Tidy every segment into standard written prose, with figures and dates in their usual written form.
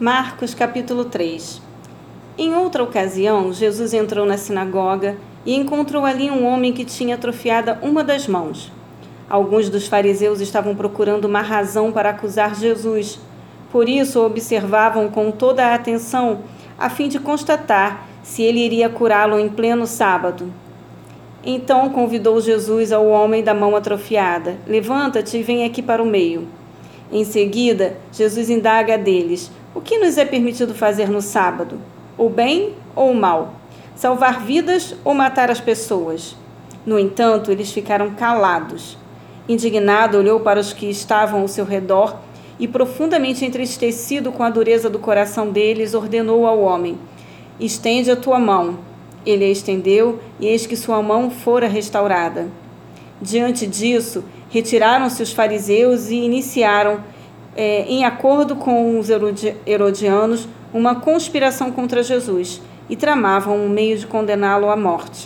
Marcos capítulo 3. Em outra ocasião, Jesus entrou na sinagoga e encontrou ali um homem que tinha atrofiada uma das mãos. Alguns dos fariseus estavam procurando uma razão para acusar Jesus. Por isso, o observavam com toda a atenção, a fim de constatar se ele iria curá-lo em pleno sábado. Então convidou Jesus ao homem da mão atrofiada: "Levanta-te e vem aqui para o meio." Em seguida, Jesus indaga deles: "O que nos é permitido fazer no sábado? O bem ou o mal? Salvar vidas ou matar as pessoas?" No entanto, eles ficaram calados. Indignado, olhou para os que estavam ao seu redor e, profundamente entristecido com a dureza do coração deles, ordenou ao homem: "Estende a tua mão." Ele a estendeu, e eis que sua mão fora restaurada. Diante disso, retiraram-se os fariseus e iniciaram, em acordo com os herodianos, uma conspiração contra Jesus e tramavam um meio de condená-lo à morte.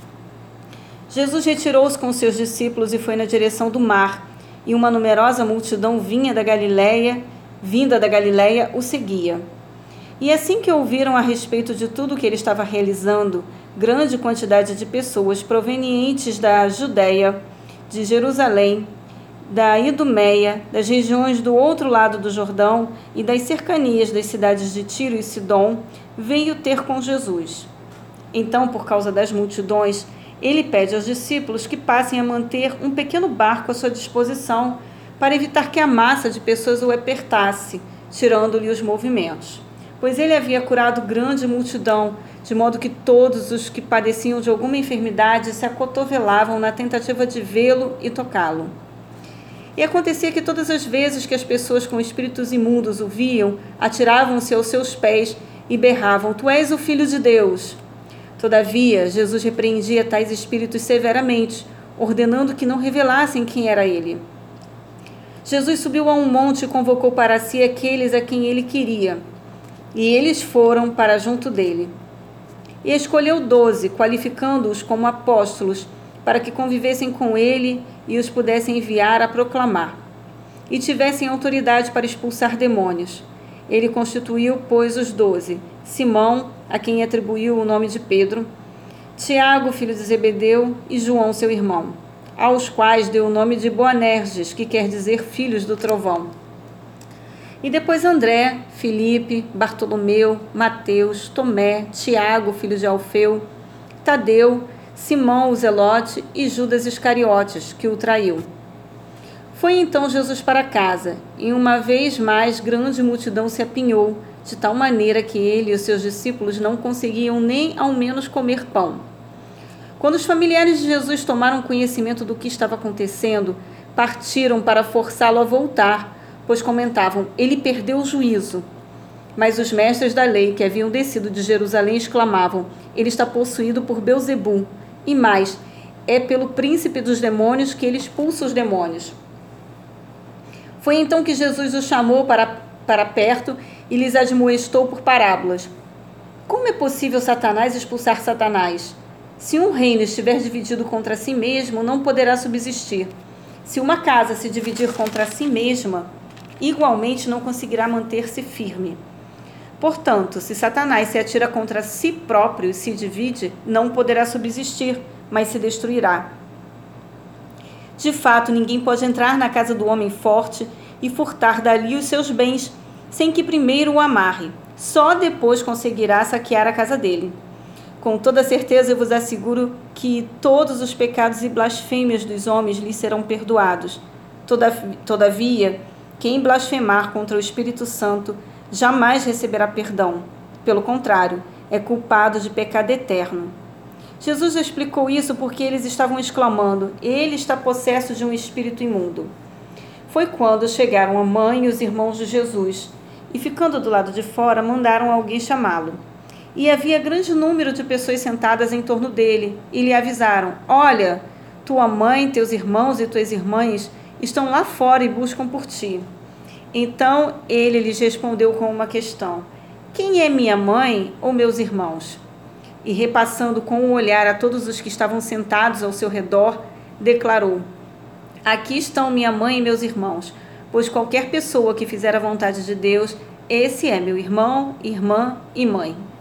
Jesus retirou-se com seus discípulos e foi na direção do mar, e uma numerosa multidão vinda da Galileia, o seguia. E assim que ouviram a respeito de tudo o que ele estava realizando, grande quantidade de pessoas provenientes da Judeia, de Jerusalém, da Idumeia, das regiões do outro lado do Jordão e das cercanias das cidades de Tiro e Sidom, veio ter com Jesus. Então, por causa das multidões, ele pede aos discípulos que passem a manter um pequeno barco à sua disposição para evitar que a massa de pessoas o apertasse, tirando-lhe os movimentos. Pois ele havia curado grande multidão, de modo que todos os que padeciam de alguma enfermidade se acotovelavam na tentativa de vê-lo e tocá-lo. E acontecia que todas as vezes que as pessoas com espíritos imundos o viam, atiravam-se aos seus pés e berravam: "Tu és o Filho de Deus." Todavia, Jesus repreendia tais espíritos severamente, ordenando que não revelassem quem era ele. Jesus subiu a um monte e convocou para si aqueles a quem ele queria, e eles foram para junto dele. E escolheu 12, qualificando-os como apóstolos, para que convivessem com ele e os pudessem enviar a proclamar, e tivessem autoridade para expulsar demônios. Ele constituiu, pois, os 12, Simão, a quem atribuiu o nome de Pedro, Tiago, filho de Zebedeu, e João, seu irmão, aos quais deu o nome de Boanerges, que quer dizer filhos do trovão. E depois André, Filipe, Bartolomeu, Mateus, Tomé, Tiago, filho de Alfeu, Tadeu, Simão o Zelote e Judas Iscariotes, que o traiu. Foi então Jesus para casa, e uma vez mais grande multidão se apinhou, de tal maneira que ele e os seus discípulos não conseguiam nem ao menos comer pão. Quando os familiares de Jesus tomaram conhecimento do que estava acontecendo, partiram para forçá-lo a voltar, pois comentavam: "Ele perdeu o juízo." Mas os mestres da lei, que haviam descido de Jerusalém, exclamavam: "Ele está possuído por Belzebu, e mais, é pelo príncipe dos demônios que ele expulsa os demônios." Foi então que Jesus os chamou para perto e lhes admoestou por parábolas: "Como é possível Satanás expulsar Satanás? Se um reino estiver dividido contra si mesmo, não poderá subsistir. Se uma casa se dividir contra si mesma, igualmente não conseguirá manter-se firme. Portanto, se Satanás se atira contra si próprio e se divide, não poderá subsistir, mas se destruirá. De fato, ninguém pode entrar na casa do homem forte e furtar dali os seus bens, sem que primeiro o amarre. Só depois conseguirá saquear a casa dele. Com toda certeza eu vos asseguro que todos os pecados e blasfêmias dos homens lhes serão perdoados. Todavia, quem blasfemar contra o Espírito Santo jamais receberá perdão. Pelo contrário, é culpado de pecado eterno." Jesus explicou isso porque eles estavam exclamando: "Ele está possesso de um espírito imundo." Foi quando chegaram a mãe e os irmãos de Jesus, e ficando do lado de fora, mandaram alguém chamá-lo. E havia grande número de pessoas sentadas em torno dele, e lhe avisaram: "Olha, tua mãe, teus irmãos e tuas irmãs estão lá fora e buscam por ti." Então ele lhes respondeu com uma questão: "Quem é minha mãe ou meus irmãos?" E repassando com um olhar a todos os que estavam sentados ao seu redor, declarou: "Aqui estão minha mãe e meus irmãos, pois qualquer pessoa que fizer a vontade de Deus, esse é meu irmão, irmã e mãe.